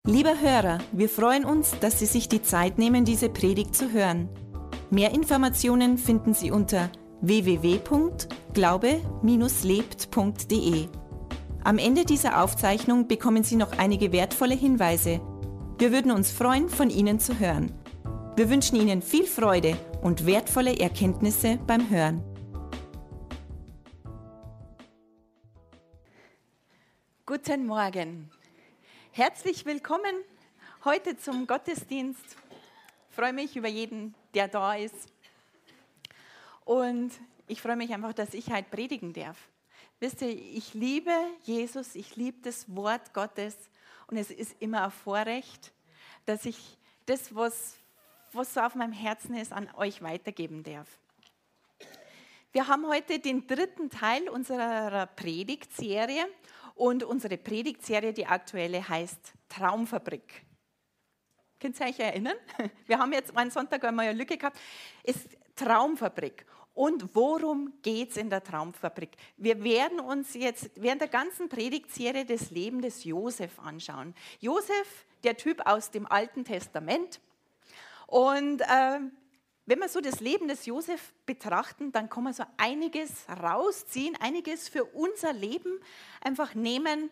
Lieber Hörer, wir freuen uns, dass Sie sich die Zeit nehmen, diese Predigt zu hören. Mehr Informationen finden Sie unter www.glaube-lebt.de. Am Ende dieser Aufzeichnung bekommen Sie noch einige wertvolle Hinweise. Wir würden uns freuen, von Ihnen zu hören. Wir wünschen Ihnen viel Freude und wertvolle Erkenntnisse beim Hören. Guten Morgen. Herzlich willkommen heute zum Gottesdienst. Ich freue mich über jeden, der da ist. Und ich freue mich einfach, dass ich heute predigen darf. Wisst ihr, ich liebe Jesus, ich liebe das Wort Gottes und es ist immer ein Vorrecht, dass ich das, was so auf meinem Herzen ist, an euch weitergeben darf. Wir haben heute den dritten Teil unserer Predigtserie. Und unsere Predigtserie, die aktuelle, heißt Traumfabrik. Könnt ihr euch erinnern? Wir haben jetzt einen Sonntag einmal eine Lücke gehabt. Ist Traumfabrik. Und worum geht es in der Traumfabrik? Wir werden uns jetzt während der ganzen Predigtserie das Leben des Josef anschauen. Josef, der Typ aus dem Alten Testament. Und wenn wir so das Leben des Josef betrachten, dann kann man so einiges rausziehen, einiges für unser Leben einfach nehmen.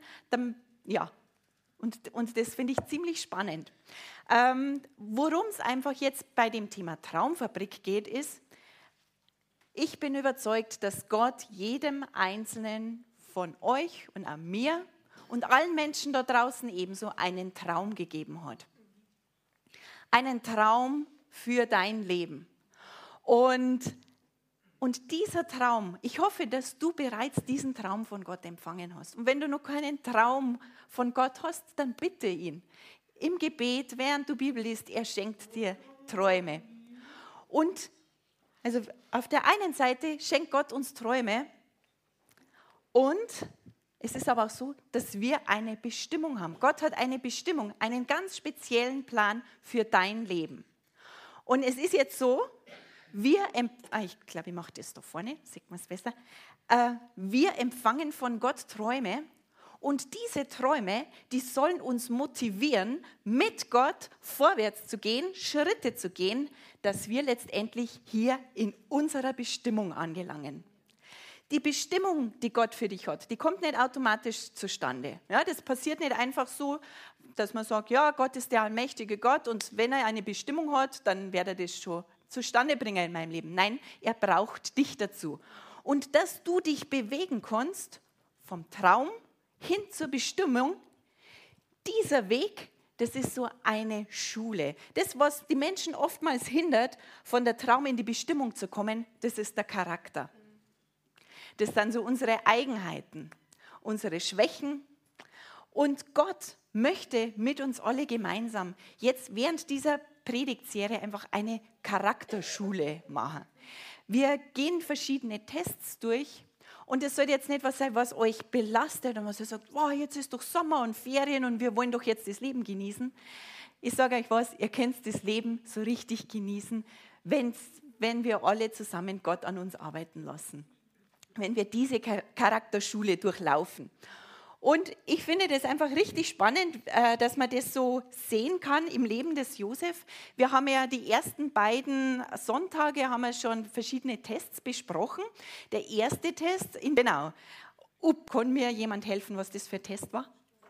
Und das finde ich ziemlich spannend. Worum es einfach jetzt bei dem Thema Traumfabrik geht, ist, ich bin überzeugt, dass Gott jedem Einzelnen von euch und auch mir und allen Menschen da draußen ebenso einen Traum gegeben hat. Einen Traum für dein Leben. Und dieser Traum, ich hoffe, dass du bereits diesen Traum von Gott empfangen hast. Und wenn du noch keinen Traum von Gott hast, dann bitte ihn. Im Gebet, während du Bibel liest, er schenkt dir Träume. Und also auf der einen Seite schenkt Gott uns Träume und es ist aber auch so, dass wir eine Bestimmung haben. Gott hat eine Bestimmung, einen ganz speziellen Plan für dein Leben. Und es ist jetzt so, ich glaube, ich mache das da vorne, sieht man es besser. Wir empfangen von Gott Träume und diese Träume, die sollen uns motivieren, mit Gott vorwärts zu gehen, Schritte zu gehen, dass wir letztendlich hier in unserer Bestimmung angelangen. Die Bestimmung, die Gott für dich hat, die kommt nicht automatisch zustande. Ja, das passiert nicht einfach so, dass man sagt, ja, Gott ist der allmächtige Gott und wenn er eine Bestimmung hat, dann wird er das schon zustande bringen in meinem Leben. Nein, er braucht dich dazu. Und dass du dich bewegen kannst, vom Traum hin zur Bestimmung, dieser Weg, das ist so eine Schule. Das, was die Menschen oftmals hindert, von der Traum in die Bestimmung zu kommen, das ist der Charakter. Das sind so unsere Eigenheiten, unsere Schwächen. Und Gott möchte mit uns alle gemeinsam jetzt während dieser Predigtserie einfach eine Charakterschule machen. Wir gehen verschiedene Tests durch und es soll jetzt nicht was sein, was euch belastet und was ihr sagt, wow, jetzt ist doch Sommer und Ferien und wir wollen doch jetzt das Leben genießen. Ich sage euch was, ihr könnt das Leben so richtig genießen, wenn wir alle zusammen Gott an uns arbeiten lassen. Wenn wir diese Charakterschule durchlaufen. Und ich finde das einfach richtig spannend, dass man das so sehen kann im Leben des Josef. Wir haben ja die ersten beiden Sonntage haben wir schon verschiedene Tests besprochen. Der erste Test, kann mir jemand helfen, was das für ein Test war?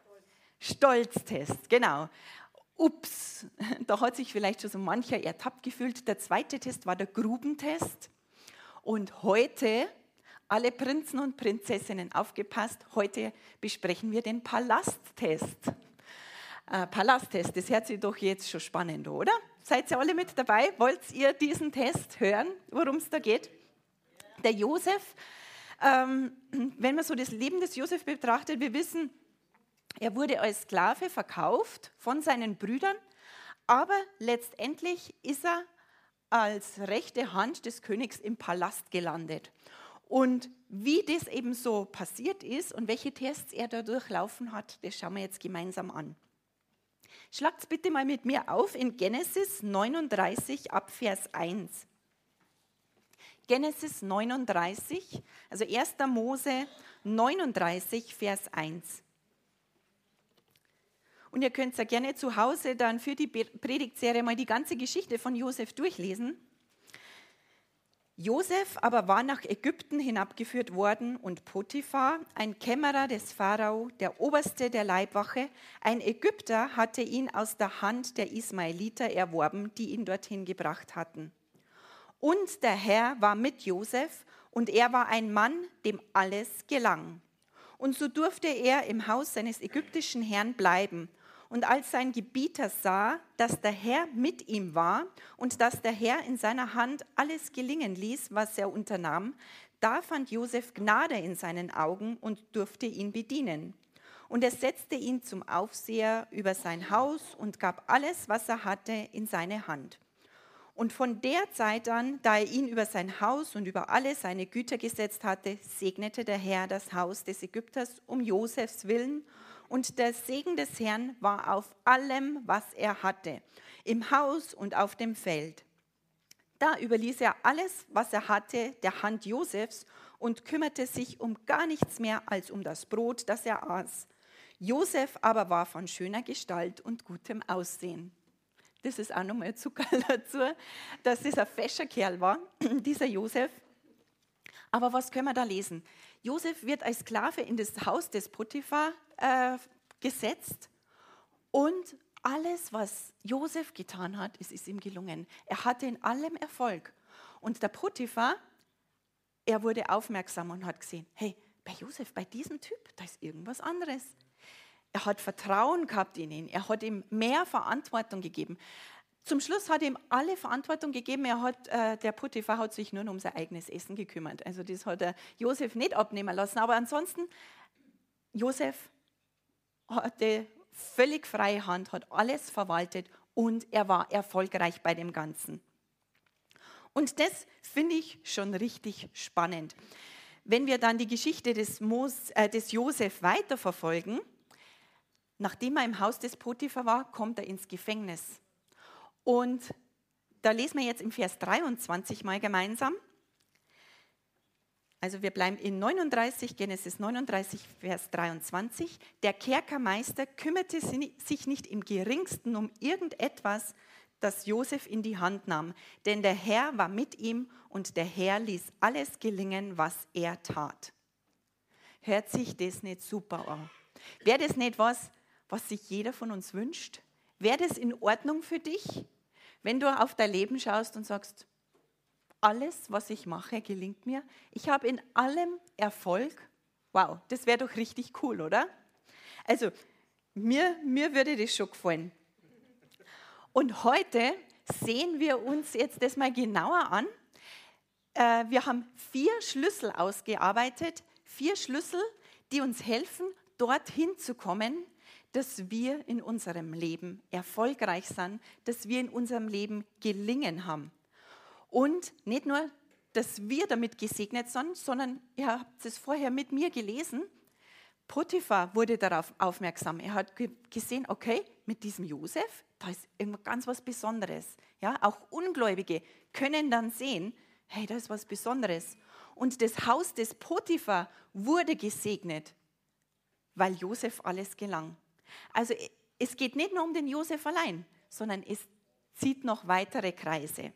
Stolztest, genau. Ups, da hat sich vielleicht schon so mancher ertappt gefühlt. Der zweite Test war der Grubentest. Und heute, alle Prinzen und Prinzessinnen aufgepasst, heute besprechen wir den Palasttest. Palasttest, das hört sich doch jetzt schon spannend, oder? Seid ihr alle mit dabei? Wollt ihr diesen Test hören, worum es da geht? Der Josef, wenn man so das Leben des Josef betrachtet, wir wissen, er wurde als Sklave verkauft von seinen Brüdern, aber letztendlich ist er als rechte Hand des Königs im Palast gelandet. Und wie das eben so passiert ist und welche Tests er da durchlaufen hat, das schauen wir jetzt gemeinsam an. Schlagt bitte mal mit mir auf in Genesis 39 ab Vers 1. Genesis 39, also 1. Mose 39, Vers 1. Und ihr könnt ja gerne zu Hause dann für die Predigtserie mal die ganze Geschichte von Josef durchlesen. Josef aber war nach Ägypten hinabgeführt worden und Potiphar, ein Kämmerer des Pharao, der Oberste der Leibwache, ein Ägypter, hatte ihn aus der Hand der Ismaeliter erworben, die ihn dorthin gebracht hatten. Und der Herr war mit Josef und er war ein Mann, dem alles gelang. Und so durfte er im Haus seines ägyptischen Herrn bleiben. Und als sein Gebieter sah, dass der Herr mit ihm war und dass der Herr in seiner Hand alles gelingen ließ, was er unternahm, da fand Josef Gnade in seinen Augen und durfte ihn bedienen. Und er setzte ihn zum Aufseher über sein Haus und gab alles, was er hatte, in seine Hand. Und von der Zeit an, da er ihn über sein Haus und über alle seine Güter gesetzt hatte, segnete der Herr das Haus des Ägypters um Josefs willen. Und der Segen des Herrn war auf allem, was er hatte, im Haus und auf dem Feld. Da überließ er alles, was er hatte, der Hand Josefs und kümmerte sich um gar nichts mehr als um das Brot, das er aß. Josef aber war von schöner Gestalt und gutem Aussehen. Das ist auch nochmal Zucker dazu, dass das ein fescher Kerl war, dieser Josef. Aber was können wir da lesen? Josef wird als Sklave in das Haus des Potiphar gesetzt und alles, was Josef getan hat, ist ihm gelungen. Er hatte in allem Erfolg. Und der Potiphar, er wurde aufmerksam und hat gesehen, hey, bei Josef, bei diesem Typ, da ist irgendwas anderes. Er hat Vertrauen gehabt in ihn, er hat ihm mehr Verantwortung gegeben. Zum Schluss hat er ihm alle Verantwortung gegeben. Der Potiphar hat sich nur um sein eigenes Essen gekümmert. Also das hat er Josef nicht abnehmen lassen. Aber ansonsten, Josef hatte völlig freie Hand, hat alles verwaltet und er war erfolgreich bei dem Ganzen. Und das finde ich schon richtig spannend. Wenn wir dann die Geschichte des Josef weiterverfolgen, nachdem er im Haus des Potiphar war, kommt er ins Gefängnis. Und da lesen wir jetzt im Vers 23 mal gemeinsam. Also wir bleiben in Genesis 39, Vers 23. Der Kerkermeister kümmerte sich nicht im Geringsten um irgendetwas, das Josef in die Hand nahm. Denn der Herr war mit ihm und der Herr ließ alles gelingen, was er tat. Hört sich das nicht super an? Wäre das nicht was sich jeder von uns wünscht? Wäre das in Ordnung für dich, wenn du auf dein Leben schaust und sagst, alles, was ich mache, gelingt mir. Ich habe in allem Erfolg. Wow, das wäre doch richtig cool, oder? Also, mir würde das schon gefallen. Und heute sehen wir uns jetzt das mal genauer an. Wir haben 4 Schlüssel ausgearbeitet, 4 Schlüssel, die uns helfen, dorthin zu kommen, dass wir in unserem Leben erfolgreich sind, dass wir in unserem Leben gelingen haben. Und nicht nur, dass wir damit gesegnet sind, sondern ihr habt es vorher mit mir gelesen, Potiphar wurde darauf aufmerksam. Er hat gesehen, okay, mit diesem Josef, da ist irgendwas ganz was Besonderes. Ja, auch Ungläubige können dann sehen, hey, da ist was Besonderes. Und das Haus des Potiphar wurde gesegnet, weil Josef alles gelang. Also es geht nicht nur um den Josef allein, sondern es zieht noch weitere Kreise.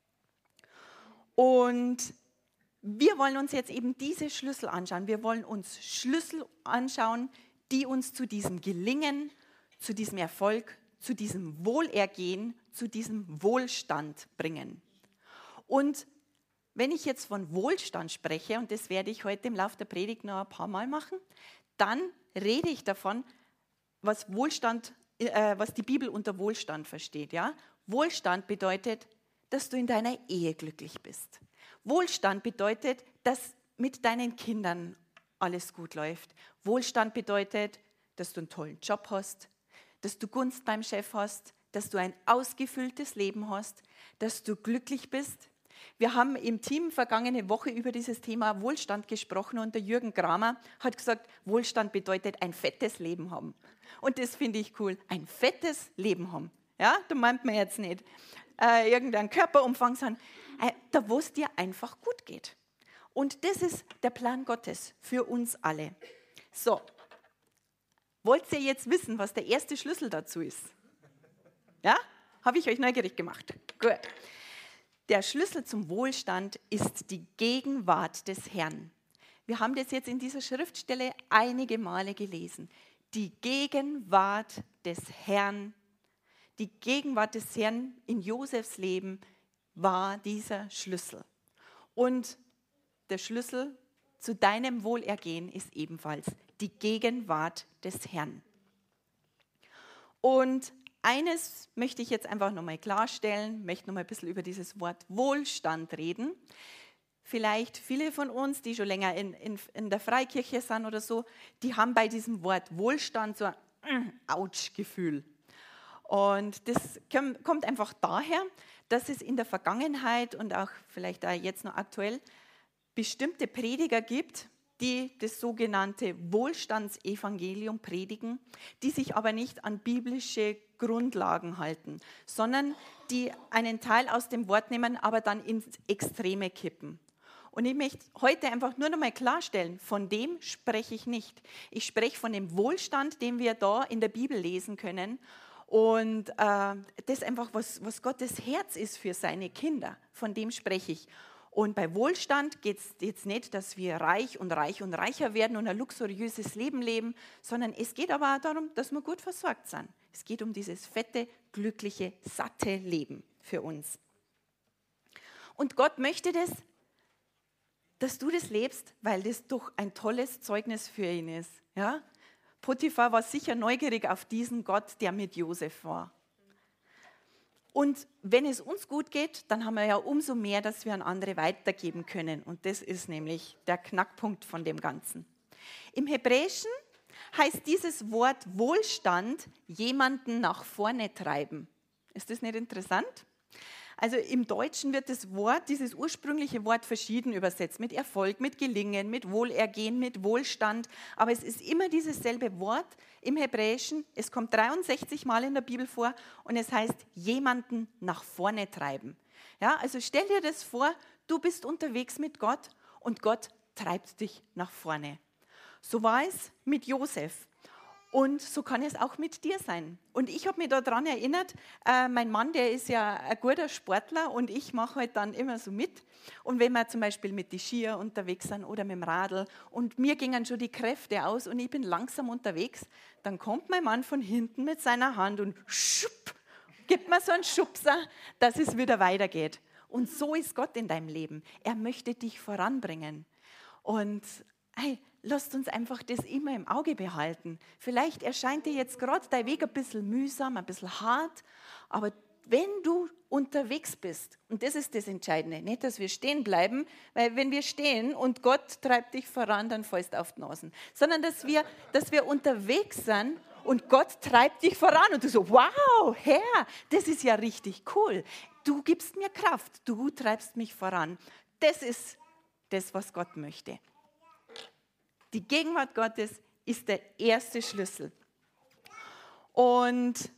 Und wir wollen uns jetzt eben diese Schlüssel anschauen. Wir wollen uns Schlüssel anschauen, die uns zu diesem Gelingen, zu diesem Erfolg, zu diesem Wohlergehen, zu diesem Wohlstand bringen. Und wenn ich jetzt von Wohlstand spreche, und das werde ich heute im Laufe der Predigt noch ein paar Mal machen, dann rede ich davon, was die Bibel unter Wohlstand versteht. Ja? Wohlstand bedeutet, dass du in deiner Ehe glücklich bist. Wohlstand bedeutet, dass mit deinen Kindern alles gut läuft. Wohlstand bedeutet, dass du einen tollen Job hast, dass du Gunst beim Chef hast, dass du ein ausgefülltes Leben hast, dass du glücklich bist. Wir haben im Team vergangene Woche über dieses Thema Wohlstand gesprochen und der Jürgen Kramer hat gesagt, Wohlstand bedeutet ein fettes Leben haben. Und das finde ich cool, ein fettes Leben haben. Ja, da meint man jetzt nicht irgendeinen Körperumfang, sondern da, wo es dir einfach gut geht. Und das ist der Plan Gottes für uns alle. So, Wollt ihr jetzt wissen, was der erste Schlüssel dazu ist? Ja? Habe ich euch neugierig gemacht? Gut. Der Schlüssel zum Wohlstand ist die Gegenwart des Herrn. Wir haben das jetzt in dieser Schriftstelle einige Male gelesen. Die Gegenwart des Herrn, die Gegenwart des Herrn in Josefs Leben war dieser Schlüssel. Und der Schlüssel zu deinem Wohlergehen ist ebenfalls die Gegenwart des Herrn. Und eines möchte ich jetzt einfach nochmal klarstellen, möchte nochmal ein bisschen über dieses Wort Wohlstand reden. Vielleicht viele von uns, die schon länger in der Freikirche sind oder so, die haben bei diesem Wort Wohlstand so ein Autsch-Gefühl. Und das kommt einfach daher, dass es in der Vergangenheit und auch vielleicht auch jetzt noch aktuell bestimmte Prediger gibt, die das sogenannte Wohlstandsevangelium predigen, die sich aber nicht an biblische Grundlagen halten, sondern die einen Teil aus dem Wort nehmen, aber dann ins Extreme kippen. Und ich möchte heute einfach nur noch mal klarstellen, von dem spreche ich nicht. Ich spreche von dem Wohlstand, den wir da in der Bibel lesen können. Und das ist einfach, was Gottes Herz ist für seine Kinder. Von dem spreche ich. Und bei Wohlstand geht es jetzt nicht, dass wir reich und reicher werden und ein luxuriöses Leben leben, sondern es geht aber auch darum, dass wir gut versorgt sind. Es geht um dieses fette, glückliche, satte Leben für uns. Und Gott möchte das, dass du das lebst, weil das doch ein tolles Zeugnis für ihn ist. Ja? Potiphar war sicher neugierig auf diesen Gott, der mit Josef war. Und wenn es uns gut geht, dann haben wir ja umso mehr, dass wir an andere weitergeben können. Und das ist nämlich der Knackpunkt von dem Ganzen. Im Hebräischen heißt dieses Wort Wohlstand jemanden nach vorne treiben. Ist das nicht interessant? Also im Deutschen wird das Wort, dieses ursprüngliche Wort verschieden übersetzt, mit Erfolg, mit Gelingen, mit Wohlergehen, mit Wohlstand. Aber es ist immer dieses selbe Wort im Hebräischen. Es kommt 63 Mal in der Bibel vor und es heißt, jemanden nach vorne treiben. Ja, also stell dir das vor, du bist unterwegs mit Gott und Gott treibt dich nach vorne. So war es mit Josef. Und so kann es auch mit dir sein. Und ich habe mich daran erinnert, mein Mann, der ist ja ein guter Sportler und ich mache halt dann immer so mit. Und wenn wir zum Beispiel mit den Skier unterwegs sind oder mit dem Radl und mir gingen schon die Kräfte aus und ich bin langsam unterwegs, dann kommt mein Mann von hinten mit seiner Hand und schupp, gibt mir so einen Schubser, dass es wieder weitergeht. Und so ist Gott in deinem Leben. Er möchte dich voranbringen. Und hey, lasst uns einfach das immer im Auge behalten. Vielleicht erscheint dir jetzt gerade dein Weg ein bisschen mühsam, ein bisschen hart, aber wenn du unterwegs bist, und das ist das Entscheidende, nicht, dass wir stehen bleiben, weil wenn wir stehen und Gott treibt dich voran, dann fällst du auf die Nasen, sondern dass wir unterwegs sind und Gott treibt dich voran und du so, wow, Herr, das ist ja richtig cool. Du gibst mir Kraft, du treibst mich voran. Das ist das, was Gott möchte. Die Gegenwart Gottes ist der erste Schlüssel. Und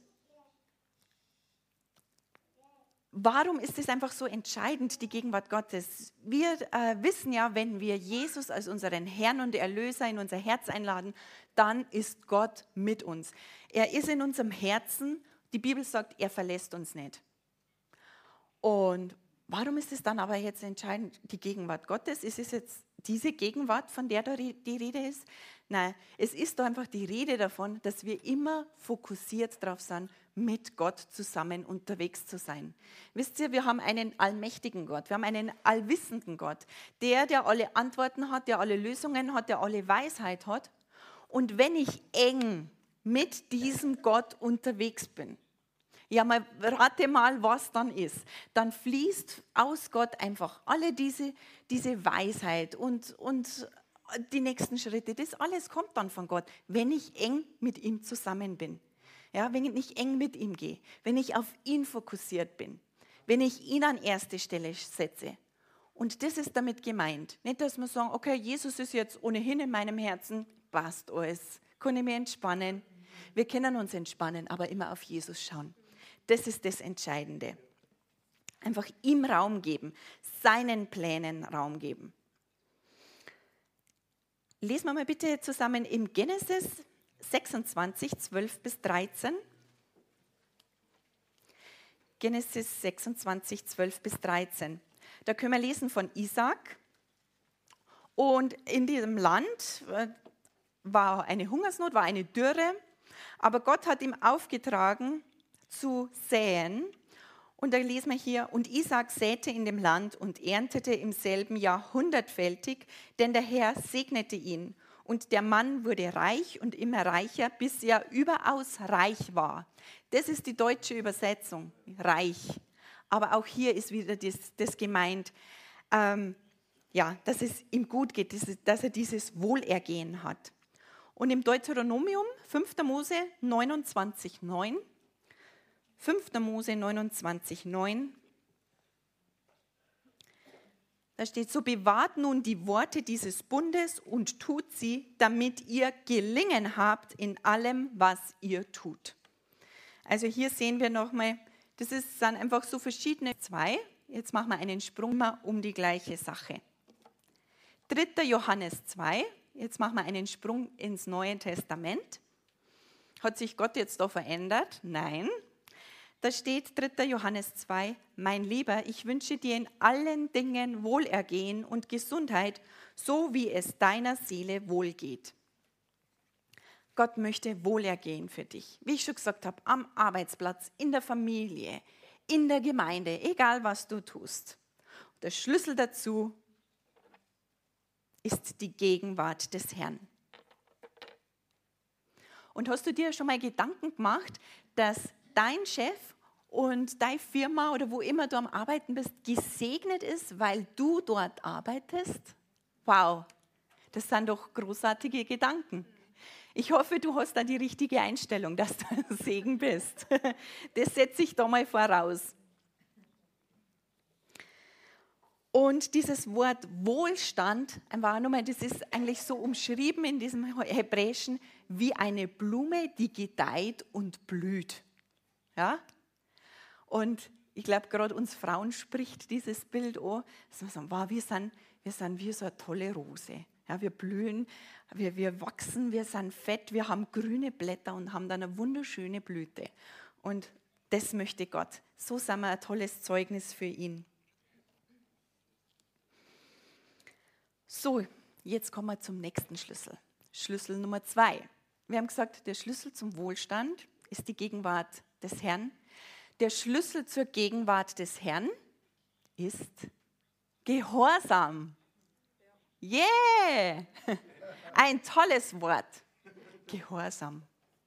warum ist es einfach so entscheidend, die Gegenwart Gottes? Wir wissen ja, wenn wir Jesus als unseren Herrn und Erlöser in unser Herz einladen, dann ist Gott mit uns. Er ist in unserem Herzen. Die Bibel sagt, er verlässt uns nicht. Und warum ist es dann aber jetzt entscheidend, die Gegenwart Gottes? Ist es jetzt diese Gegenwart, von der da die Rede ist? Nein, es ist da einfach die Rede davon, dass wir immer fokussiert darauf sind, mit Gott zusammen unterwegs zu sein. Wisst ihr, wir haben einen allmächtigen Gott, wir haben einen allwissenden Gott, der alle Antworten hat, der alle Lösungen hat, der alle Weisheit hat. Und wenn ich eng mit diesem Gott unterwegs bin, ja, rate mal, was dann ist. Dann fließt aus Gott einfach alle diese Weisheit und die nächsten Schritte. Das alles kommt dann von Gott, wenn ich eng mit ihm zusammen bin. Ja, wenn ich eng mit ihm gehe, wenn ich auf ihn fokussiert bin, wenn ich ihn an erste Stelle setze. Und das ist damit gemeint. Nicht, dass wir sagen, okay, Jesus ist jetzt ohnehin in meinem Herzen, passt alles, kann ich mich entspannen. Wir können uns entspannen, aber immer auf Jesus schauen. Das ist das Entscheidende. Einfach ihm Raum geben, seinen Plänen Raum geben. Lesen wir mal bitte zusammen im Genesis 26, 12 bis 13. Genesis 26, 12 bis 13. Da können wir lesen von Isaak. Und in diesem Land war eine Hungersnot, war eine Dürre. Aber Gott hat ihm aufgetragen, zu säen. Und da lesen wir hier, und Isaak säte in dem Land und erntete im selben Jahr 100-fältig, denn der Herr segnete ihn. Und der Mann wurde reich und immer reicher, bis er überaus reich war. Das ist die deutsche Übersetzung, reich. Aber auch hier ist wieder das gemeint, dass es ihm gut geht, dass er dieses Wohlergehen hat. Und im Deuteronomium, 5. Mose 29,9, 5. Mose 29,9, da steht, so bewahrt nun die Worte dieses Bundes und tut sie, damit ihr Gelingen habt in allem, was ihr tut. Also hier sehen wir nochmal, sind einfach so verschiedene zwei. Jetzt machen wir einen Sprung mal um die gleiche Sache. 3. Johannes 2, jetzt machen wir einen Sprung ins Neue Testament. Hat sich Gott jetzt da verändert? Nein. Da steht 3. Johannes 2, mein Lieber, ich wünsche dir in allen Dingen Wohlergehen und Gesundheit, so wie es deiner Seele wohlgeht. Gott möchte Wohlergehen für dich. Wie ich schon gesagt habe, am Arbeitsplatz, in der Familie, in der Gemeinde, egal was du tust. Der Schlüssel dazu ist die Gegenwart des Herrn. Und hast du dir schon mal Gedanken gemacht, dass dein Chef und deine Firma oder wo immer du am Arbeiten bist, gesegnet ist, weil du dort arbeitest? Wow, das sind doch großartige Gedanken. Ich hoffe, du hast da die richtige Einstellung, dass du ein Segen bist. Das setze ich da mal voraus. Und dieses Wort Wohlstand, das ist eigentlich so umschrieben in diesem Hebräischen wie eine Blume, die gedeiht und blüht. Ja? Und ich glaube, gerade uns Frauen spricht dieses Bild an, dass wir sagen, wow, wir sind wie so eine tolle Rose. Ja, wir blühen, wir wachsen, wir sind fett, wir haben grüne Blätter und haben dann eine wunderschöne Blüte. Und das möchte Gott. So sind wir ein tolles Zeugnis für ihn. So, jetzt kommen wir zum nächsten Schlüssel. Schlüssel Nummer 2. Wir haben gesagt, der Schlüssel zum Wohlstand ist die Gegenwart des Herrn. Der Schlüssel zur Gegenwart des Herrn ist Gehorsam. Yeah! Ein tolles Wort. Gehorsam.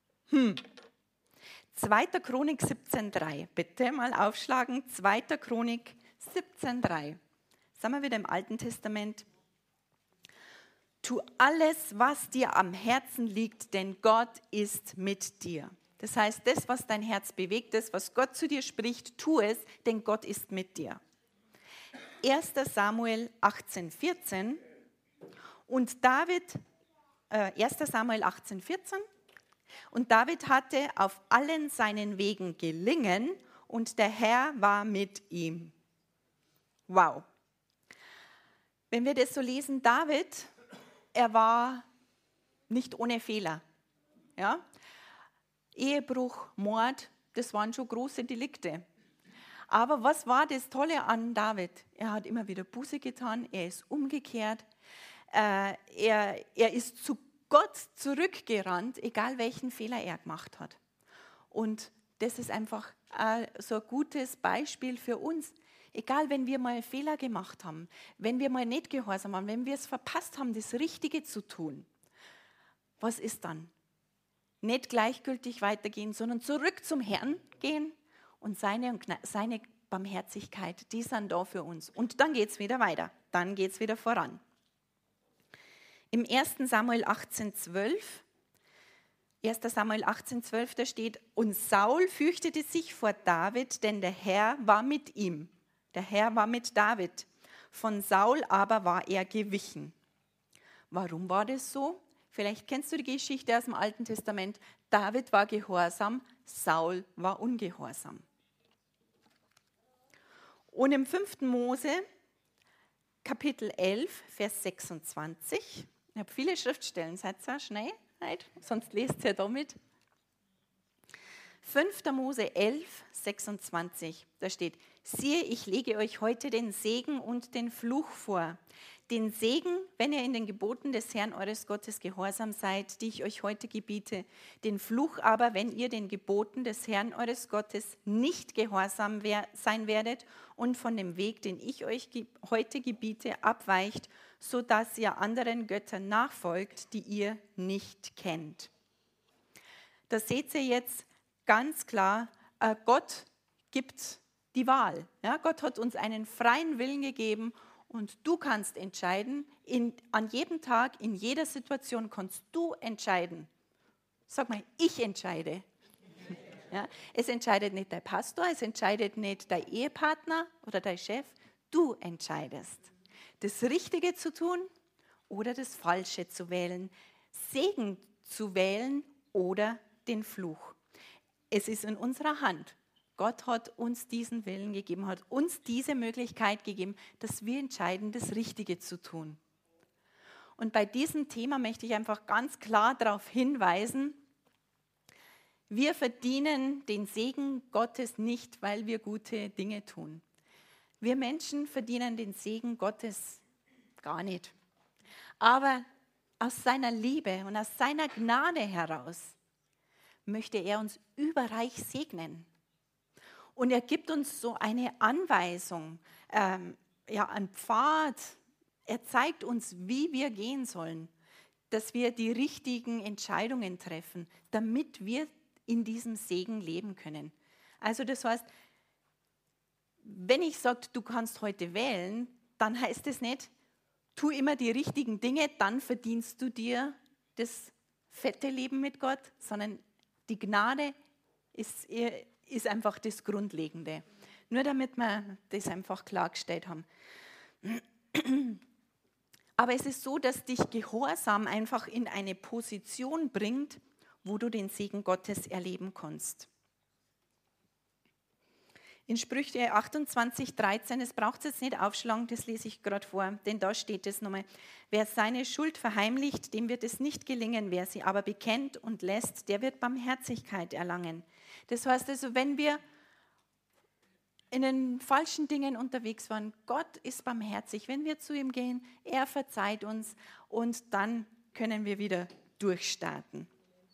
2. Chronik 17,3. Bitte mal aufschlagen. 2. Chronik 17,3. Sind wir wieder im Alten Testament. Tu alles, was dir am Herzen liegt, denn Gott ist mit dir. Das heißt, das, was dein Herz bewegt, das, was Gott zu dir spricht, tu es, denn Gott ist mit dir. 1. Samuel 18,14 und 1. Samuel 18,14 und David hatte auf allen seinen Wegen Gelingen und der Herr war mit ihm. Wow. Wenn wir das so lesen, David, er war nicht ohne Fehler. Ja? Ehebruch, Mord, das waren schon große Delikte. Aber was war das Tolle an David? Er hat immer wieder Buße getan, er ist umgekehrt, er ist zu Gott zurückgerannt, egal welchen Fehler er gemacht hat. Und das ist einfach so ein gutes Beispiel für uns. Egal, wenn wir mal Fehler gemacht haben, wenn wir mal nicht gehorsam haben, wenn wir es verpasst haben, das Richtige zu tun, was ist dann? Nicht gleichgültig weitergehen, sondern zurück zum Herrn gehen und seine Barmherzigkeit, die sind da für uns. Und dann geht es wieder weiter, dann geht es wieder voran. Im 1. Samuel 18,12, 1. Samuel 18,12, da steht, und Saul fürchtete sich vor David, denn der Herr war mit ihm. Der Herr war mit David. Von Saul aber war er gewichen. Warum war das so? Vielleicht kennst du die Geschichte aus dem Alten Testament. David war gehorsam, Saul war ungehorsam. Und im 5. Mose, Kapitel 11, Vers 26, ich habe viele Schriftstellen, seid ihr schnell? heute, sonst lest ihr damit. 5. Mose 11, 26, da steht, siehe, ich lege euch heute den Segen und den Fluch vor. Den Segen, wenn ihr in den Geboten des Herrn eures Gottes gehorsam seid, die ich euch heute gebiete. Den Fluch aber, wenn ihr den Geboten des Herrn eures Gottes nicht gehorsam sein werdet und von dem Weg, den ich euch heute gebiete, abweicht, so dass ihr anderen Göttern nachfolgt, die ihr nicht kennt. Da seht ihr jetzt ganz klar, Gott gibt die Wahl. Ja, Gott hat uns einen freien Willen gegeben und du kannst entscheiden, an jedem Tag, in jeder Situation kannst du entscheiden. Sag mal, ich entscheide. Ja, es entscheidet nicht dein Pastor, es entscheidet nicht dein Ehepartner oder dein Chef, du entscheidest. Das Richtige zu tun oder das Falsche zu wählen, Segen zu wählen oder den Fluch. Es ist in unserer Hand. Gott hat uns diesen Willen gegeben, hat uns diese Möglichkeit gegeben, dass wir entscheiden, das Richtige zu tun. Und bei diesem Thema möchte ich einfach ganz klar darauf hinweisen, wir verdienen den Segen Gottes nicht, weil wir gute Dinge tun. Wir Menschen verdienen den Segen Gottes gar nicht. Aber aus seiner Liebe und aus seiner Gnade heraus möchte er uns überreich segnen. Und er gibt uns so eine Anweisung, einen Pfad. Er zeigt uns, wie wir gehen sollen, dass wir die richtigen Entscheidungen treffen, damit wir in diesem Segen leben können. Also das heißt, wenn ich sage, du kannst heute wählen, dann heißt es nicht, tu immer die richtigen Dinge, dann verdienst du dir das fette Leben mit Gott, sondern die Gnade ist einfach das Grundlegende. Nur damit wir das einfach klargestellt haben. Aber es ist so, dass dich Gehorsam einfach in eine Position bringt, wo du den Segen Gottes erleben kannst. In Sprüche 28, 13, das braucht es jetzt nicht aufschlagen, das lese ich gerade vor, denn da steht es nochmal. Wer seine Schuld verheimlicht, dem wird es nicht gelingen, wer sie aber bekennt und lässt, der wird Barmherzigkeit erlangen. Das heißt also, wenn wir in den falschen Dingen unterwegs waren, Gott ist barmherzig. Wenn wir zu ihm gehen, er verzeiht uns und dann können wir wieder durchstarten.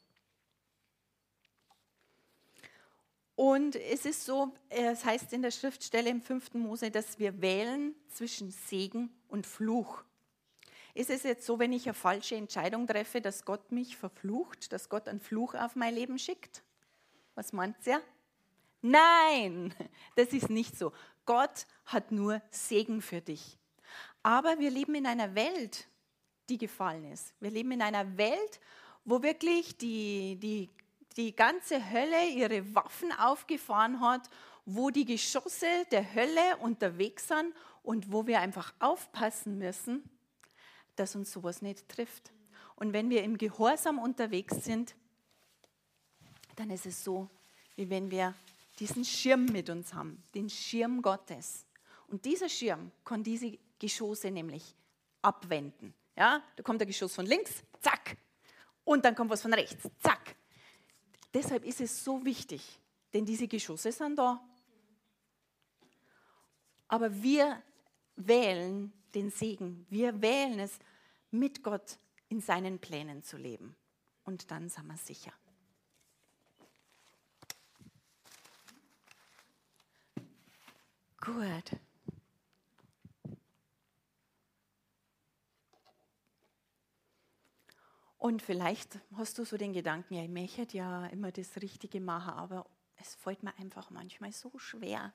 Und es ist so, es heißt in der Schriftstelle im 5. Mose, dass wir wählen zwischen Segen und Fluch. Ist es jetzt so, wenn ich eine falsche Entscheidung treffe, dass Gott mich verflucht, dass Gott einen Fluch auf mein Leben schickt? Was meint ihr? Nein, das ist nicht so. Gott hat nur Segen für dich. Aber wir leben in einer Welt, die gefallen ist. Wir leben in einer Welt, wo wirklich die ganze Hölle ihre Waffen aufgefahren hat, wo die Geschosse der Hölle unterwegs sind und wo wir einfach aufpassen müssen, dass uns sowas nicht trifft. Und wenn wir im Gehorsam unterwegs sind, dann ist es so, wie wenn wir diesen Schirm mit uns haben, den Schirm Gottes. Und dieser Schirm kann diese Geschosse nämlich abwenden. Ja, da kommt ein Geschoss von links, zack, und dann kommt was von rechts, zack. Deshalb ist es so wichtig, denn diese Geschosse sind da. Aber wir wählen den Segen, wir wählen es, mit Gott in seinen Plänen zu leben. Und dann sind wir sicher. Gut. Und vielleicht hast du so den Gedanken, ja, ich möchte ja immer das Richtige machen, aber es fällt mir einfach manchmal so schwer.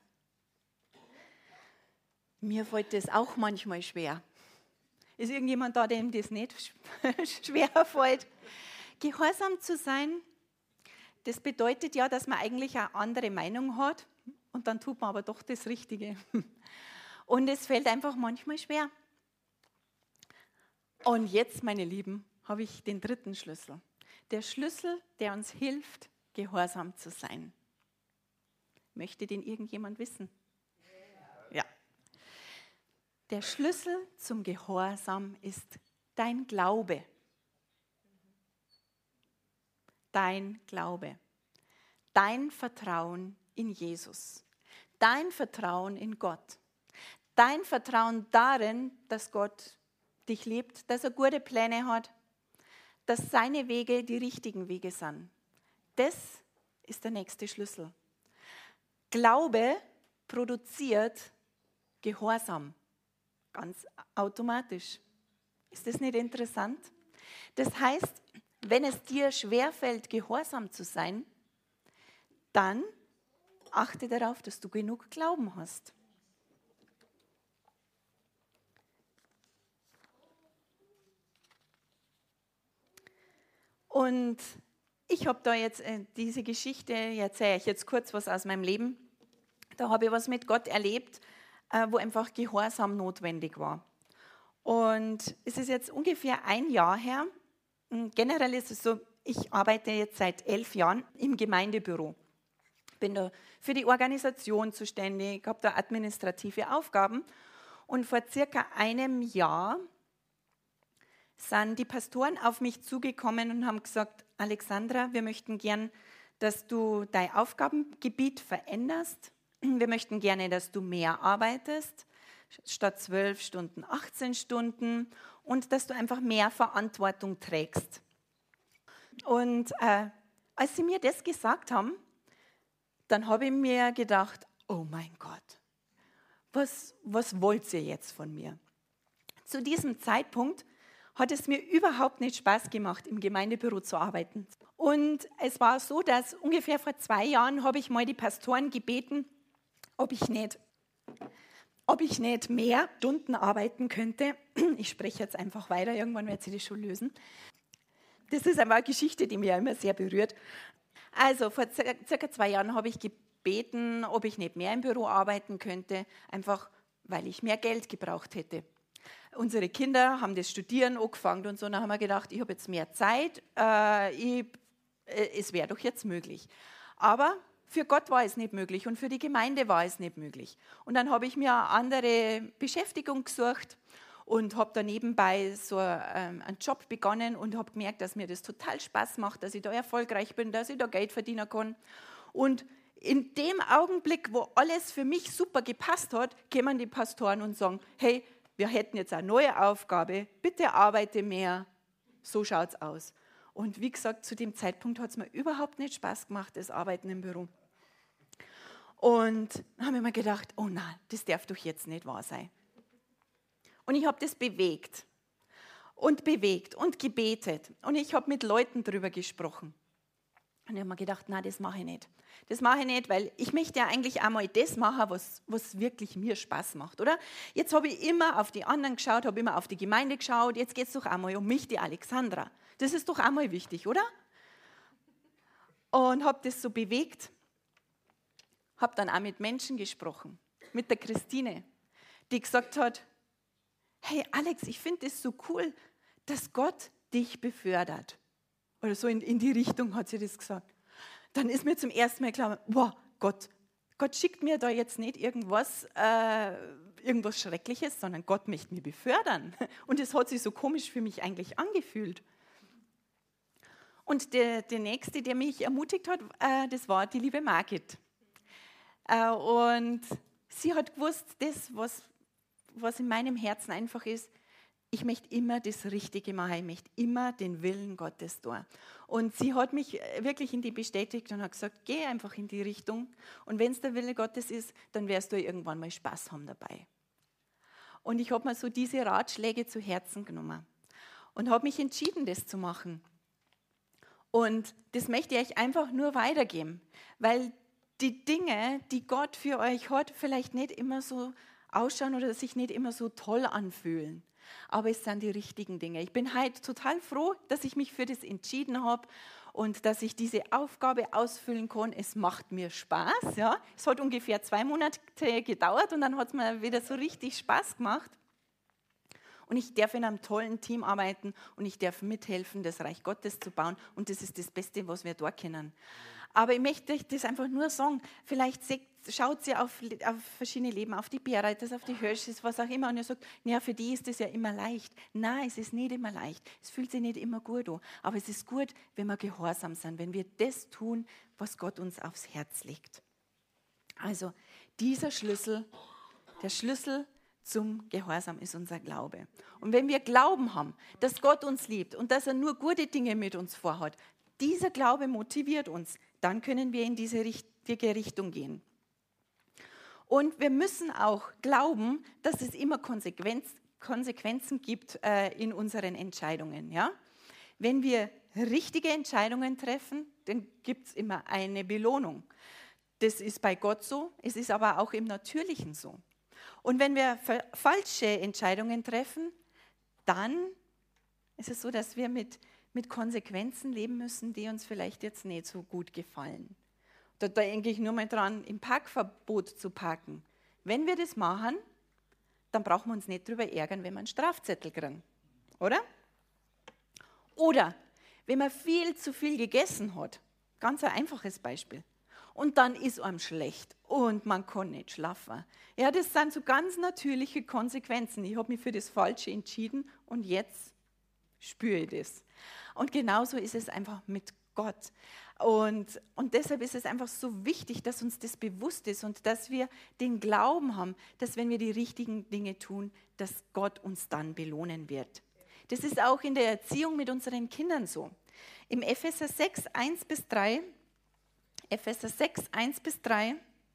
Mir fällt das auch manchmal schwer. Ist irgendjemand da, dem das nicht schwer fällt? Gehorsam zu sein, das bedeutet ja, dass man eigentlich eine andere Meinung hat und dann tut man aber doch das Richtige. Und es fällt einfach manchmal schwer. Und jetzt, meine Lieben, habe ich den dritten Schlüssel. Der Schlüssel, der uns hilft, gehorsam zu sein. Möchte den irgendjemand wissen? Ja. Der Schlüssel zum Gehorsam ist dein Glaube. dein Glaube, dein Vertrauen in Jesus, dein Vertrauen in Gott, dein Vertrauen darin, dass Gott dich liebt, dass er gute Pläne hat, dass seine Wege die richtigen Wege sind. Das ist der nächste Schlüssel. Glaube produziert Gehorsam, ganz automatisch. Ist das nicht interessant? Das heißt, wenn es dir schwerfällt, gehorsam zu sein, dann achte darauf, dass du genug Glauben hast. Und ich habe da jetzt diese Geschichte, erzähle ich jetzt kurz was aus meinem Leben. Da habe ich was mit Gott erlebt, wo einfach Gehorsam notwendig war. Und es ist jetzt ungefähr ein Jahr her. Generell ist es so, ich arbeite jetzt seit 11 Jahren im Gemeindebüro. Bin da für die Organisation zuständig, habe da administrative Aufgaben. Und vor circa einem Jahr sind die Pastoren auf mich zugekommen und haben gesagt, Alexandra, wir möchten gern, dass du dein Aufgabengebiet veränderst. Wir möchten gerne, dass du mehr arbeitest, statt 12 Stunden, 18 Stunden und dass du einfach mehr Verantwortung trägst. Und als sie mir das gesagt haben, dann habe ich mir gedacht, oh mein Gott, was wollt ihr jetzt von mir? Zu diesem Zeitpunkt hat es mir überhaupt nicht Spaß gemacht, im Gemeindebüro zu arbeiten. Und es war so, dass ungefähr vor 2 Jahren habe ich mal die Pastoren gebeten, ob ich nicht mehr Stunden arbeiten könnte. Ich spreche jetzt einfach weiter, irgendwann wird sich das schon lösen. Das ist einfach eine Geschichte, die mich immer sehr berührt. Also vor circa 2 Jahren habe ich gebeten, ob ich nicht mehr im Büro arbeiten könnte, einfach weil ich mehr Geld gebraucht hätte. Unsere Kinder haben das Studieren angefangen und so, dann haben wir gedacht, ich habe jetzt mehr Zeit, es wäre doch jetzt möglich. Aber für Gott war es nicht möglich und für die Gemeinde war es nicht möglich. Und dann habe ich mir eine andere Beschäftigung gesucht und habe da nebenbei so einen Job begonnen und habe gemerkt, dass mir das total Spaß macht, dass ich da erfolgreich bin, dass ich da Geld verdienen kann. Und in dem Augenblick, wo alles für mich super gepasst hat, kämen die Pastoren und sagen, hey, wir hätten jetzt eine neue Aufgabe, bitte arbeite mehr, so schaut es aus. Und wie gesagt, zu dem Zeitpunkt hat es mir überhaupt nicht Spaß gemacht, das Arbeiten im Büro. Und dann habe ich mir gedacht, oh nein, das darf doch jetzt nicht wahr sein. Und ich habe das bewegt und gebetet. Und ich habe mit Leuten darüber gesprochen. Und ich habe mir gedacht, nein, das mache ich nicht. Das mache ich nicht, weil ich möchte ja eigentlich einmal das machen, was wirklich mir Spaß macht, oder? Jetzt habe ich immer auf die anderen geschaut, habe immer auf die Gemeinde geschaut, jetzt geht es doch einmal um mich, die Alexandra. Das ist doch einmal wichtig, oder? Und habe das so bewegt, habe dann auch mit Menschen gesprochen, mit der Christine, die gesagt hat, hey Alex, ich finde das so cool, dass Gott dich befördert. Oder so in die Richtung hat sie das gesagt. Dann ist mir zum ersten Mal klar, wow, Gott schickt mir da jetzt nicht irgendwas Schreckliches, sondern Gott möchte mich befördern. Und das hat sich so komisch für mich eigentlich angefühlt. Und der Nächste, der mich ermutigt hat, das war die liebe Margit. Und sie hat gewusst, das, was in meinem Herzen einfach ist, ich möchte immer das Richtige machen, ich möchte immer den Willen Gottes tun. Und sie hat mich wirklich in die bestätigt und hat gesagt, geh einfach in die Richtung und wenn es der Wille Gottes ist, dann wirst du irgendwann mal Spaß haben dabei. Und ich habe mir so diese Ratschläge zu Herzen genommen und habe mich entschieden, das zu machen. Und das möchte ich euch einfach nur weitergeben, weil die Dinge, die Gott für euch hat, vielleicht nicht immer so ausschauen oder sich nicht immer so toll anfühlen. Aber es sind die richtigen Dinge. Ich bin heute total froh, dass ich mich für das entschieden habe und dass ich diese Aufgabe ausfüllen kann. Es macht mir Spaß. Ja. Es hat ungefähr 2 Monate gedauert und dann hat es mir wieder so richtig Spaß gemacht. Und ich darf in einem tollen Team arbeiten und ich darf mithelfen, das Reich Gottes zu bauen. Und das ist das Beste, was wir da können. Aber ich möchte euch das einfach nur sagen, vielleicht seht schaut sie auf verschiedene Leben, auf die Bärreiters, auf die Hirschis, was auch immer. Und ihr sagt, ja, für die ist es ja immer leicht. Nein, es ist nicht immer leicht. Es fühlt sich nicht immer gut an. Aber es ist gut, wenn wir gehorsam sind, wenn wir das tun, was Gott uns aufs Herz legt. Also dieser Schlüssel, der Schlüssel zum Gehorsam ist unser Glaube. Und wenn wir Glauben haben, dass Gott uns liebt und dass er nur gute Dinge mit uns vorhat, dieser Glaube motiviert uns, dann können wir in diese richtige Richtung gehen. Und wir müssen auch glauben, dass es immer Konsequenzen gibt in unseren Entscheidungen. Ja? Wenn wir richtige Entscheidungen treffen, dann gibt es immer eine Belohnung. Das ist bei Gott so, es ist aber auch im Natürlichen so. Und wenn wir falsche Entscheidungen treffen, dann ist es so, dass wir mit Konsequenzen leben müssen, die uns vielleicht jetzt nicht so gut gefallen. Da denke ich nur mal dran, im Parkverbot zu parken. Wenn wir das machen, dann brauchen wir uns nicht darüber ärgern, wenn wir einen Strafzettel kriegen. Oder? Oder wenn man viel zu viel gegessen hat. Ganz ein einfaches Beispiel. Und dann ist einem schlecht und man kann nicht schlafen. Ja, das sind so ganz natürliche Konsequenzen. Ich habe mich für das Falsche entschieden und jetzt spüre ich das. Und genauso ist es einfach mit Gott. Und deshalb ist es einfach so wichtig, dass uns das bewusst ist und dass wir den Glauben haben, dass wenn wir die richtigen Dinge tun, dass Gott uns dann belohnen wird. Das ist auch in der Erziehung mit unseren Kindern so. Im Epheser 6, 1-3, Epheser 6, 1-3,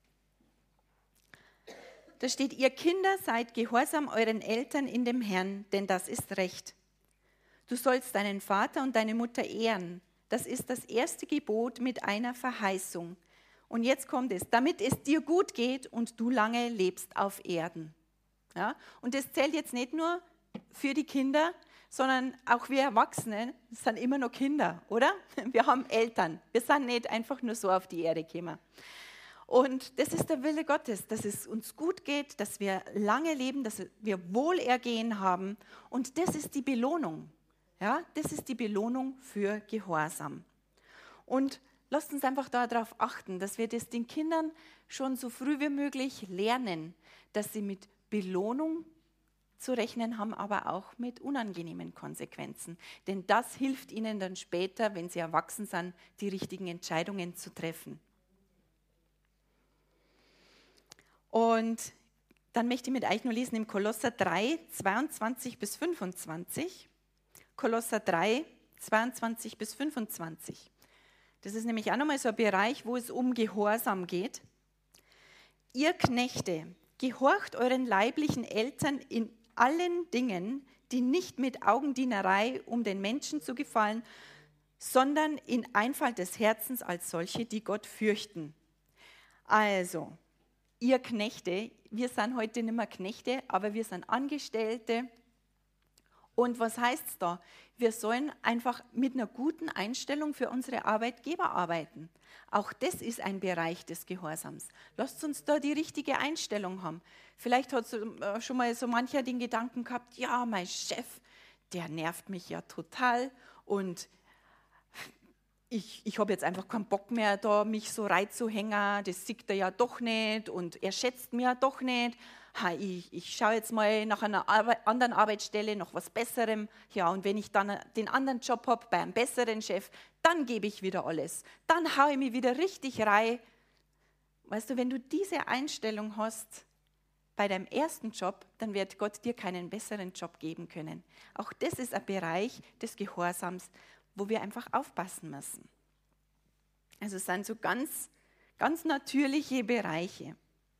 da steht, ihr Kinder seid gehorsam euren Eltern in dem Herrn, denn das ist Recht. Du sollst deinen Vater und deine Mutter ehren. Das ist das erste Gebot mit einer Verheißung. Und jetzt kommt es, damit es dir gut geht und du lange lebst auf Erden. Ja? Und das zählt jetzt nicht nur für die Kinder, sondern auch wir Erwachsene sind immer noch Kinder, oder? Wir haben Eltern. Wir sind nicht einfach nur so auf die Erde gekommen. Und das ist der Wille Gottes, dass es uns gut geht, dass wir lange leben, dass wir Wohlergehen haben. Und das ist die Belohnung. Ja, das ist die Belohnung für Gehorsam. Und lasst uns einfach darauf achten, dass wir das den Kindern schon so früh wie möglich lernen, dass sie mit Belohnung zu rechnen haben, aber auch mit unangenehmen Konsequenzen. Denn das hilft ihnen dann später, wenn sie erwachsen sind, die richtigen Entscheidungen zu treffen. Und dann möchte ich mit euch nur lesen im Kolosser 3, 22-25. Kolosser 3, 22-25. Das ist nämlich auch nochmal so ein Bereich, wo es um Gehorsam geht. Ihr Knechte, gehorcht euren leiblichen Eltern in allen Dingen, die nicht mit Augendienerei, um den Menschen zu gefallen, sondern in Einfalt des Herzens als solche, die Gott fürchten. Also, ihr Knechte, wir sind heute nicht mehr Knechte, aber wir sind Angestellte. Und was heißt es da? Wir sollen einfach mit einer guten Einstellung für unsere Arbeitgeber arbeiten. Auch das ist ein Bereich des Gehorsams. Lasst uns da die richtige Einstellung haben. Vielleicht hat schon mal so mancher den Gedanken gehabt, ja, mein Chef, der nervt mich ja total und ich habe jetzt einfach keinen Bock mehr, da mich so reinzuhängen, das sieht er ja doch nicht und er schätzt mich ja doch nicht. Ich schaue jetzt mal nach einer anderen Arbeitsstelle, noch was Besserem. Ja, und wenn ich dann den anderen Job habe, bei einem besseren Chef, dann gebe ich wieder alles. Dann haue ich mich wieder richtig rein. Weißt du, wenn du diese Einstellung hast bei deinem ersten Job, dann wird Gott dir keinen besseren Job geben können. Auch das ist ein Bereich des Gehorsams, wo wir einfach aufpassen müssen. Also es sind so ganz, ganz natürliche Bereiche.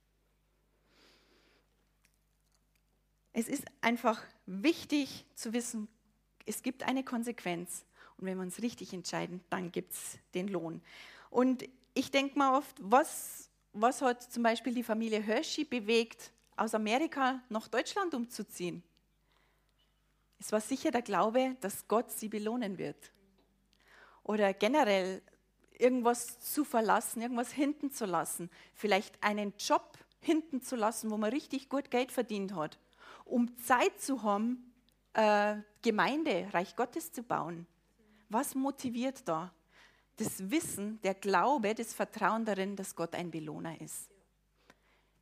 Es ist einfach wichtig zu wissen, es gibt eine Konsequenz. Und wenn wir uns richtig entscheiden, dann gibt es den Lohn. Und ich denke mal oft, was hat zum Beispiel die Familie Hershey bewegt, aus Amerika nach Deutschland umzuziehen? Es war sicher der Glaube, dass Gott sie belohnen wird. Oder generell irgendwas zu verlassen, irgendwas hinten zu lassen. Vielleicht einen Job hinten zu lassen, wo man richtig gut Geld verdient hat, um Zeit zu haben, Gemeinde, Reich Gottes zu bauen. Was motiviert da? Das Wissen, der Glaube, das Vertrauen darin, dass Gott ein Belohner ist.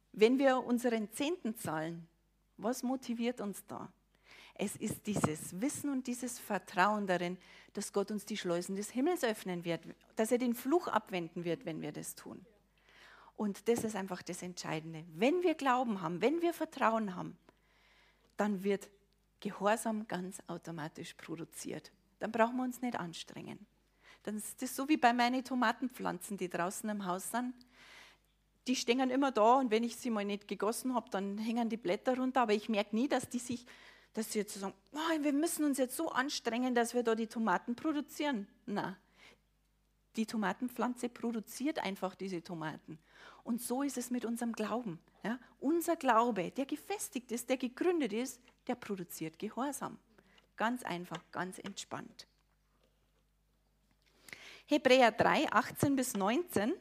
Wenn wir unseren Zehnten zahlen, was motiviert uns da? Es ist dieses Wissen und dieses Vertrauen darin, dass Gott uns die Schleusen des Himmels öffnen wird, dass er den Fluch abwenden wird, wenn wir das tun. Und das ist einfach das Entscheidende. Wenn wir Glauben haben, wenn wir Vertrauen haben, dann wird Gehorsam ganz automatisch produziert. Dann brauchen wir uns nicht anstrengen. Dann ist das so wie bei meinen Tomatenpflanzen, die draußen im Haus sind. Die stehen immer da und wenn ich sie mal nicht gegossen habe, dann hängen die Blätter runter. Aber ich merke nie, dass sie jetzt so sagen, oh, wir müssen uns jetzt so anstrengen, dass wir da die Tomaten produzieren. Nein, die Tomatenpflanze produziert einfach diese Tomaten. Und so ist es mit unserem Glauben. Ja? Unser Glaube, der gefestigt ist, der gegründet ist, der produziert Gehorsam. Ganz einfach, ganz entspannt. Hebräer 3, 18 bis 19.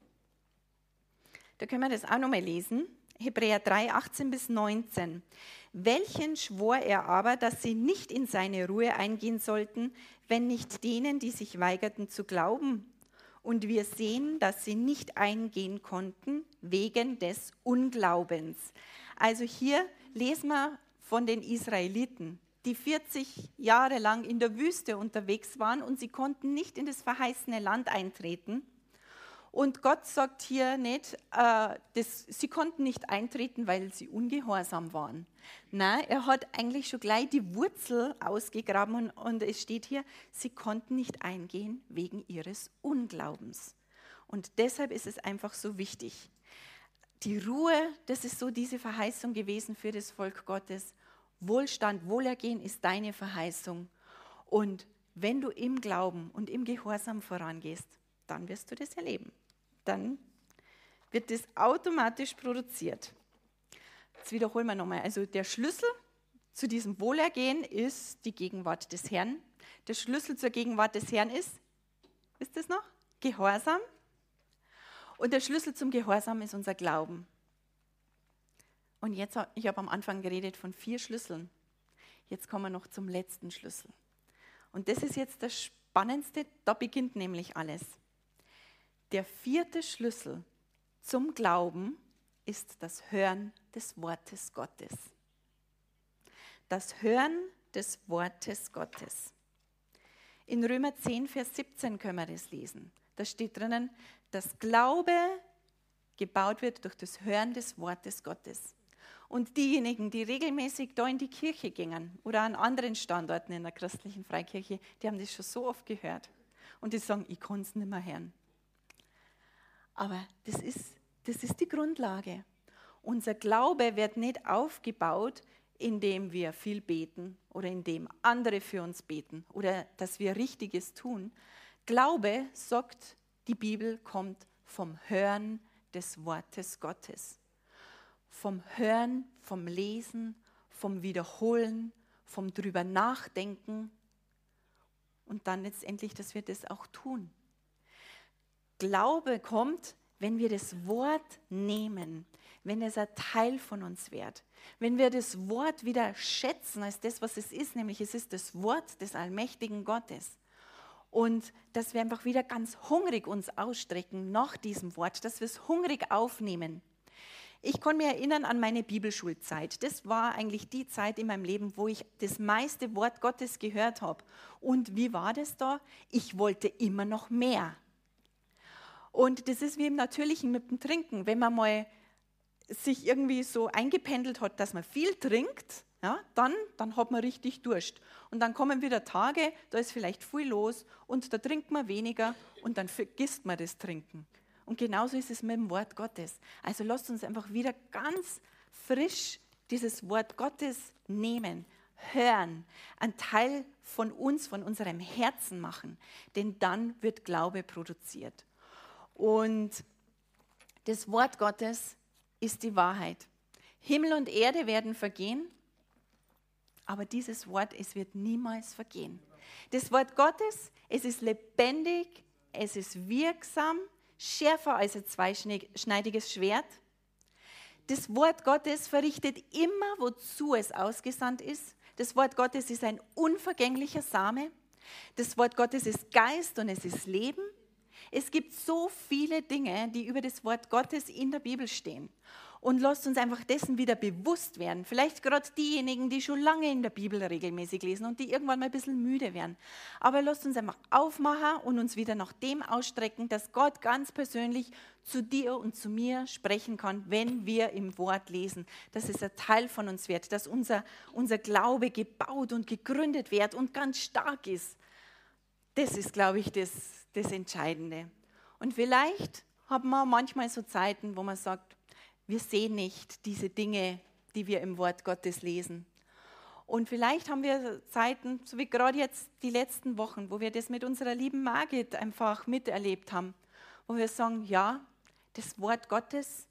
Da können wir das auch nochmal lesen. Hebräer 3, 18 bis 19. Welchen schwor er aber, dass sie nicht in seine Ruhe eingehen sollten, wenn nicht denen, die sich weigerten zu glauben? Und wir sehen, dass sie nicht eingehen konnten wegen des Unglaubens. Also hier lesen wir von den Israeliten, die 40 Jahre lang in der Wüste unterwegs waren und sie konnten nicht in das verheißene Land eintreten. Und Gott sagt hier nicht, sie konnten nicht eintreten, weil sie ungehorsam waren. Nein, er hat eigentlich schon gleich die Wurzel ausgegraben und es steht hier, sie konnten nicht eingehen wegen ihres Unglaubens. Und deshalb ist es einfach so wichtig. Die Ruhe, das ist so diese Verheißung gewesen für das Volk Gottes. Wohlstand, Wohlergehen ist deine Verheißung. Und wenn du im Glauben und im Gehorsam vorangehst, dann wirst du das erleben. Dann wird das automatisch produziert. Jetzt wiederholen wir nochmal. Also der Schlüssel zu diesem Wohlergehen ist die Gegenwart des Herrn. Der Schlüssel zur Gegenwart des Herrn ist das noch? Gehorsam. Und der Schlüssel zum Gehorsam ist unser Glauben. Und jetzt, ich habe am Anfang geredet von 4 Schlüsseln. Jetzt kommen wir noch zum letzten Schlüssel. Und das ist jetzt das Spannendste, da beginnt nämlich alles. Der 4. Schlüssel zum Glauben ist das Hören des Wortes Gottes. Das Hören des Wortes Gottes. In Römer 10, Vers 17 können wir das lesen. Da steht drinnen, dass Glaube gebaut wird durch das Hören des Wortes Gottes. Und diejenigen, die regelmäßig da in die Kirche gingen oder an anderen Standorten in der christlichen Freikirche, die haben das schon so oft gehört. Und die sagen, ich kann es nicht mehr hören. Aber das ist die Grundlage. Unser Glaube wird nicht aufgebaut, indem wir viel beten oder indem andere für uns beten oder dass wir Richtiges tun. Glaube, sagt die Bibel, kommt vom Hören des Wortes Gottes. Vom Hören, vom Lesen, vom Wiederholen, vom drüber nachdenken und dann letztendlich, dass wir das auch tun. Glaube kommt, wenn wir das Wort nehmen, wenn es ein Teil von uns wird, wenn wir das Wort wieder schätzen als das, was es ist, nämlich es ist das Wort des allmächtigen Gottes. Und dass wir einfach wieder ganz hungrig uns ausstrecken nach diesem Wort, dass wir es hungrig aufnehmen. Ich kann mich erinnern an meine Bibelschulzeit. Das war eigentlich die Zeit in meinem Leben, wo ich das meiste Wort Gottes gehört habe. Und wie war das da? Ich wollte immer noch mehr. Und das ist wie im Natürlichen mit dem Trinken. Wenn man mal sich irgendwie so eingependelt hat, dass man viel trinkt, ja, dann hat man richtig Durst. Und dann kommen wieder Tage, da ist vielleicht viel los und da trinkt man weniger und dann vergisst man das Trinken. Und genauso ist es mit dem Wort Gottes. Also lasst uns einfach wieder ganz frisch dieses Wort Gottes nehmen, hören, einen Teil von uns, von unserem Herzen machen, denn dann wird Glaube produziert. Und das Wort Gottes ist die Wahrheit. Himmel und Erde werden vergehen, aber dieses Wort, es wird niemals vergehen. Das Wort Gottes, es ist lebendig, es ist wirksam, schärfer als ein zweischneidiges Schwert. Das Wort Gottes verrichtet immer, wozu es ausgesandt ist. Das Wort Gottes ist ein unvergänglicher Same. Das Wort Gottes ist Geist und es ist Leben. Es gibt so viele Dinge, die über das Wort Gottes in der Bibel stehen. Und lasst uns einfach dessen wieder bewusst werden. Vielleicht gerade diejenigen, die schon lange in der Bibel regelmäßig lesen und die irgendwann mal ein bisschen müde werden. Aber lasst uns einfach aufmachen und uns wieder nach dem ausstrecken, dass Gott ganz persönlich zu dir und zu mir sprechen kann, wenn wir im Wort lesen. Dass es ein Teil von uns wird, dass unser Glaube gebaut und gegründet wird und ganz stark ist. Das ist, glaube ich, das Entscheidende. Und vielleicht haben wir manchmal so Zeiten, wo man sagt, wir sehen nicht diese Dinge, die wir im Wort Gottes lesen. Und vielleicht haben wir Zeiten, so wie gerade jetzt die letzten Wochen, wo wir das mit unserer lieben Margit einfach miterlebt haben, wo wir sagen, ja, das Wort Gottes,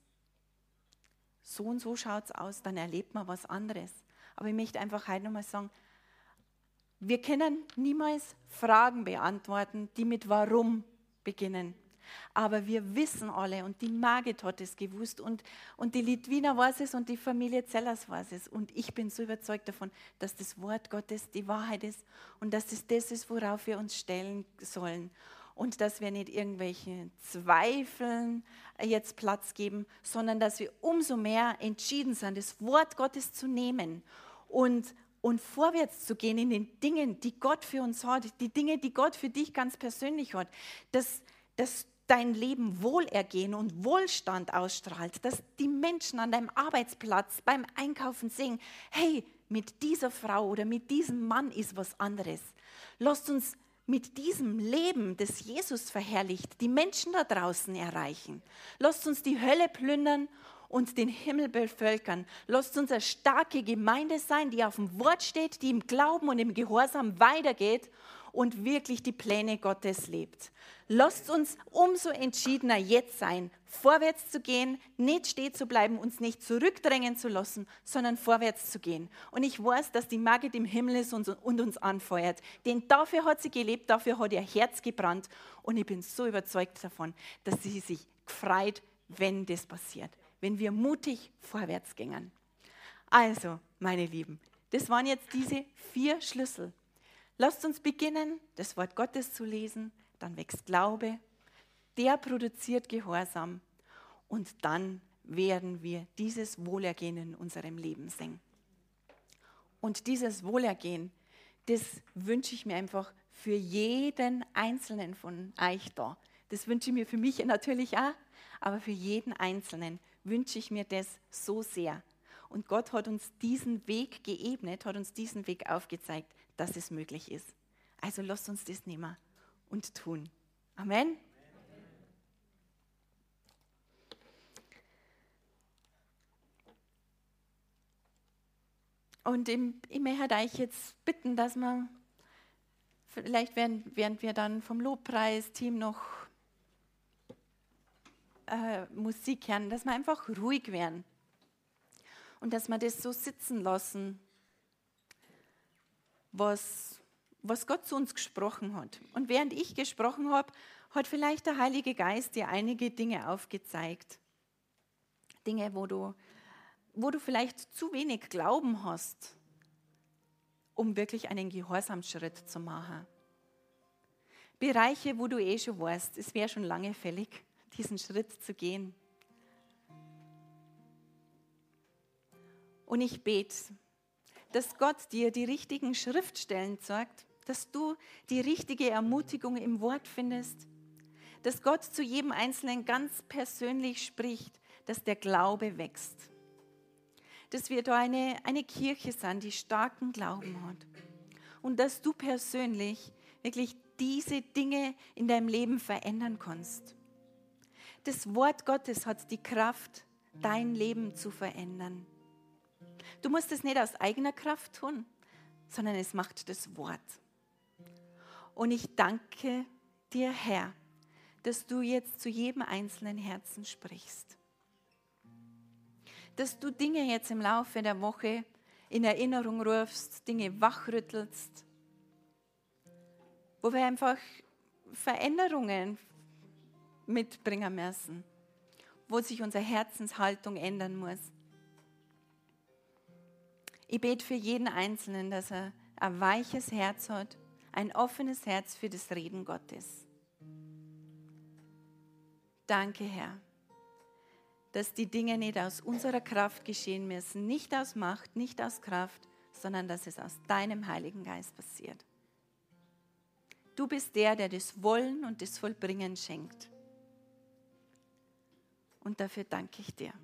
so und so schaut es aus, dann erlebt man was anderes. Aber ich möchte einfach heute nochmal sagen, wir können niemals Fragen beantworten, die mit Warum beginnen. Aber wir wissen alle, und die Margit hat es gewusst, und die Litwiner weiß es, und die Familie Zellers weiß es. Und ich bin so überzeugt davon, dass das Wort Gottes die Wahrheit ist und dass es das ist, worauf wir uns stellen sollen. Und dass wir nicht irgendwelchen Zweifeln jetzt Platz geben, sondern dass wir umso mehr entschieden sind, das Wort Gottes zu nehmen und vorwärts zu gehen in den Dingen, die Gott für uns hat, die Dinge, die Gott für dich ganz persönlich hat, dass dein Leben Wohlergehen und Wohlstand ausstrahlt, dass die Menschen an deinem Arbeitsplatz beim Einkaufen sehen, hey, mit dieser Frau oder mit diesem Mann ist was anderes. Lasst uns mit diesem Leben, das Jesus verherrlicht, die Menschen da draußen erreichen. Lasst uns die Hölle plündern und den Himmel bevölkern. Lasst uns eine starke Gemeinde sein, die auf dem Wort steht, die im Glauben und im Gehorsam weitergeht und wirklich die Pläne Gottes lebt. Lasst uns umso entschiedener jetzt sein, vorwärts zu gehen, nicht stehen zu bleiben, uns nicht zurückdrängen zu lassen, sondern vorwärts zu gehen. Und ich weiß, dass die Margit im Himmel ist und uns anfeuert. Denn dafür hat sie gelebt, dafür hat ihr Herz gebrannt. Und ich bin so überzeugt davon, dass sie sich freut, wenn das passiert. Wenn wir mutig vorwärts gingen. Also, meine Lieben, das waren jetzt diese 4 Schlüssel. Lasst uns beginnen, das Wort Gottes zu lesen, dann wächst Glaube, der produziert Gehorsam und dann werden wir dieses Wohlergehen in unserem Leben sehen. Und dieses Wohlergehen, das wünsche ich mir einfach für jeden Einzelnen von euch da. Das wünsche ich mir für mich natürlich auch, aber für jeden Einzelnen wünsche ich mir das so sehr. Und Gott hat uns diesen Weg geebnet, hat uns diesen Weg aufgezeigt, dass es möglich ist. Also lasst uns das nehmen und tun. Amen. Und ich möchte euch jetzt bitten, dass wir vielleicht, während wir dann vom Lobpreisteam noch Musik hören, dass wir einfach ruhig werden und dass wir das so sitzen lassen, was Gott zu uns gesprochen hat. Und während ich gesprochen habe, hat vielleicht der Heilige Geist dir einige Dinge aufgezeigt. Dinge, wo du vielleicht zu wenig Glauben hast, um wirklich einen Gehorsamsschritt zu machen. Bereiche, wo du schon weißt, es wäre schon lange fällig, diesen Schritt zu gehen. Und ich bete, dass Gott dir die richtigen Schriftstellen zeigt, dass du die richtige Ermutigung im Wort findest, dass Gott zu jedem Einzelnen ganz persönlich spricht, dass der Glaube wächst. Dass wir da eine Kirche sind, die starken Glauben hat. Und dass du persönlich wirklich diese Dinge in deinem Leben verändern kannst. Das Wort Gottes hat die Kraft, dein Leben zu verändern. Du musst es nicht aus eigener Kraft tun, sondern es macht das Wort. Und ich danke dir, Herr, dass du jetzt zu jedem einzelnen Herzen sprichst. Dass du Dinge jetzt im Laufe der Woche in Erinnerung rufst, Dinge wachrüttelst, wo wir einfach Veränderungen mitbringen müssen, wo sich unsere Herzenshaltung ändern muss. Ich bete für jeden Einzelnen, dass er ein weiches Herz hat, ein offenes Herz für das Reden Gottes. Danke, Herr. dass die Dinge nicht aus unserer Kraft geschehen müssen, nicht aus Macht, nicht aus Kraft, sondern dass es aus deinem Heiligen Geist passiert. Du bist der das Wollen und das Vollbringen schenkt. Und dafür danke ich dir.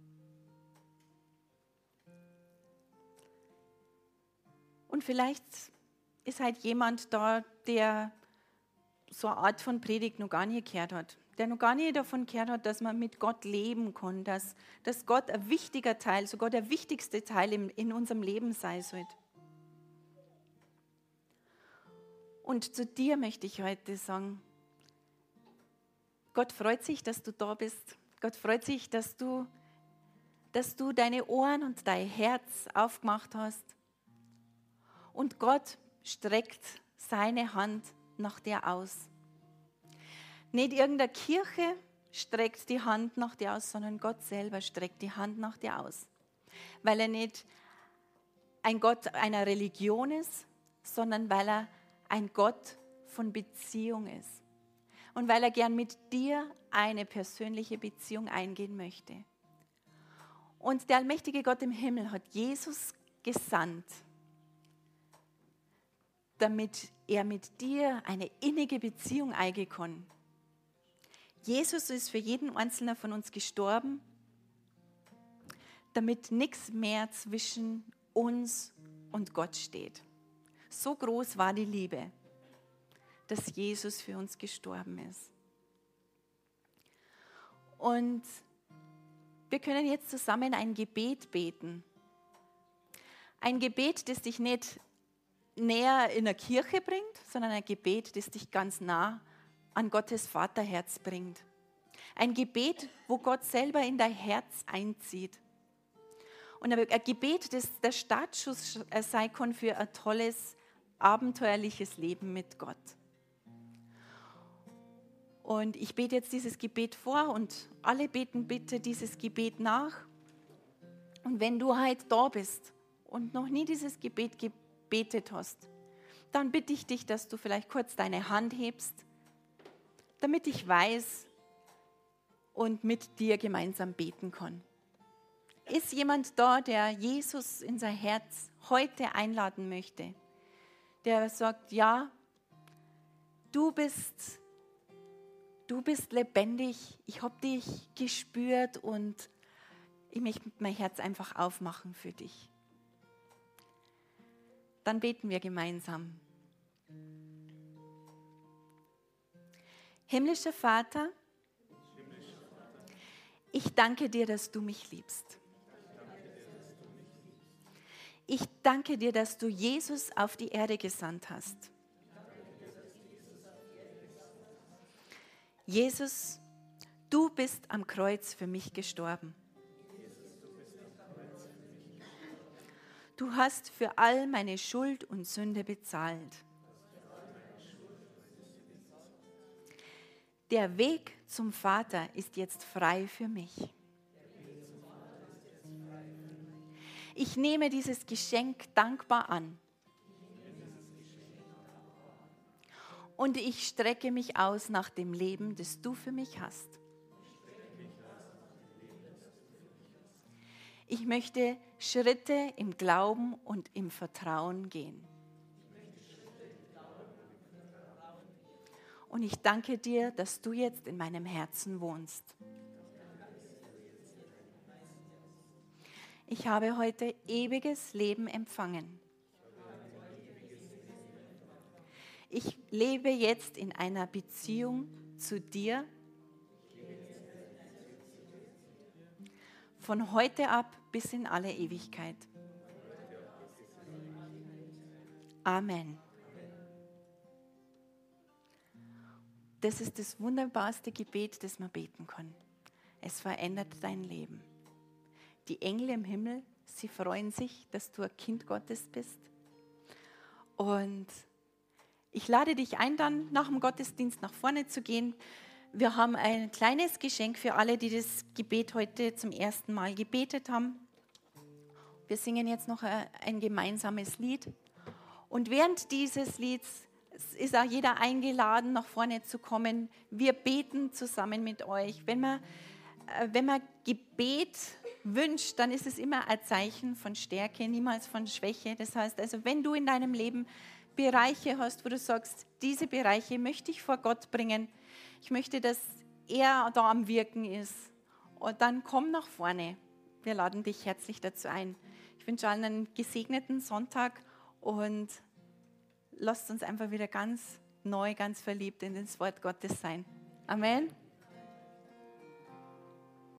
Und vielleicht ist halt jemand da, der so eine Art von Predigt noch gar nicht gehört hat. Der noch gar nicht davon gehört hat, dass man mit Gott leben kann, dass Gott ein wichtiger Teil, sogar der wichtigste Teil in unserem Leben sein sollte. Und zu dir möchte ich heute sagen, Gott freut sich, dass du da bist. Gott freut sich, dass du deine Ohren und dein Herz aufgemacht hast. Und Gott streckt seine Hand nach dir aus. Nicht irgendeine Kirche streckt die Hand nach dir aus, sondern Gott selber streckt die Hand nach dir aus. Weil er nicht ein Gott einer Religion ist, sondern weil er ein Gott von Beziehung ist. Und weil er gern mit dir eine persönliche Beziehung eingehen möchte. Und der allmächtige Gott im Himmel hat Jesus gesandt, damit er mit dir eine innige Beziehung eingehen kann. Jesus ist für jeden Einzelnen von uns gestorben, damit nichts mehr zwischen uns und Gott steht. So groß war die Liebe, dass Jesus für uns gestorben ist. Und wir können jetzt zusammen ein Gebet beten. Ein Gebet, das dich nicht näher in der Kirche bringt, sondern ein Gebet, das dich ganz nah an Gottes Vaterherz bringt. Ein Gebet, wo Gott selber in dein Herz einzieht. Und ein Gebet, das der Startschuss sein kann für ein tolles, abenteuerliches Leben mit Gott. Und ich bete jetzt dieses Gebet vor und alle beten bitte dieses Gebet nach. Und wenn du heute da bist und noch nie dieses Gebet gebetet hast, dann bitte ich dich, dass du vielleicht kurz deine Hand hebst, damit ich weiß und mit dir gemeinsam beten kann. Ist jemand da, der Jesus in sein Herz heute einladen möchte? Der sagt, ja, du bist lebendig, ich habe dich gespürt und ich möchte mein Herz einfach aufmachen für dich. Dann beten wir gemeinsam. Himmlischer Vater, ich danke dir, dass du mich liebst. Ich danke dir, dass du Jesus auf die Erde gesandt hast. Jesus, du bist am Kreuz für mich gestorben. Du hast für all meine Schuld und Sünde bezahlt. Der Weg zum Vater ist jetzt frei für mich. Ich nehme dieses Geschenk dankbar an. Und ich strecke mich aus nach dem Leben, das du für mich hast. Ich möchte Schritte im Glauben und im Vertrauen gehen. Und ich danke dir, dass du jetzt in meinem Herzen wohnst. Ich habe heute ewiges Leben empfangen. Ich lebe jetzt in einer Beziehung zu dir. Von heute ab bis in alle Ewigkeit. Amen. Das ist das wunderbarste Gebet, das man beten kann. Es verändert dein Leben. Die Engel im Himmel, sie freuen sich, dass du ein Kind Gottes bist. Und ich lade dich ein, dann nach dem Gottesdienst nach vorne zu gehen. Wir haben ein kleines Geschenk für alle, die das Gebet heute zum ersten Mal gebetet haben. Wir singen jetzt noch ein gemeinsames Lied. Und während dieses Lieds ist auch jeder eingeladen, nach vorne zu kommen. Wir beten zusammen mit euch. Wenn man wenn man Gebet wünscht, dann ist es immer ein Zeichen von Stärke, niemals von Schwäche. Das heißt also, wenn du in deinem Leben Bereiche hast, wo du sagst, diese Bereiche möchte ich vor Gott bringen, ich möchte, dass er da am Wirken ist, und dann komm nach vorne. Wir laden dich herzlich dazu ein. Ich wünsche allen einen gesegneten Sonntag und lasst uns einfach wieder ganz neu, ganz verliebt in das Wort Gottes sein. Amen.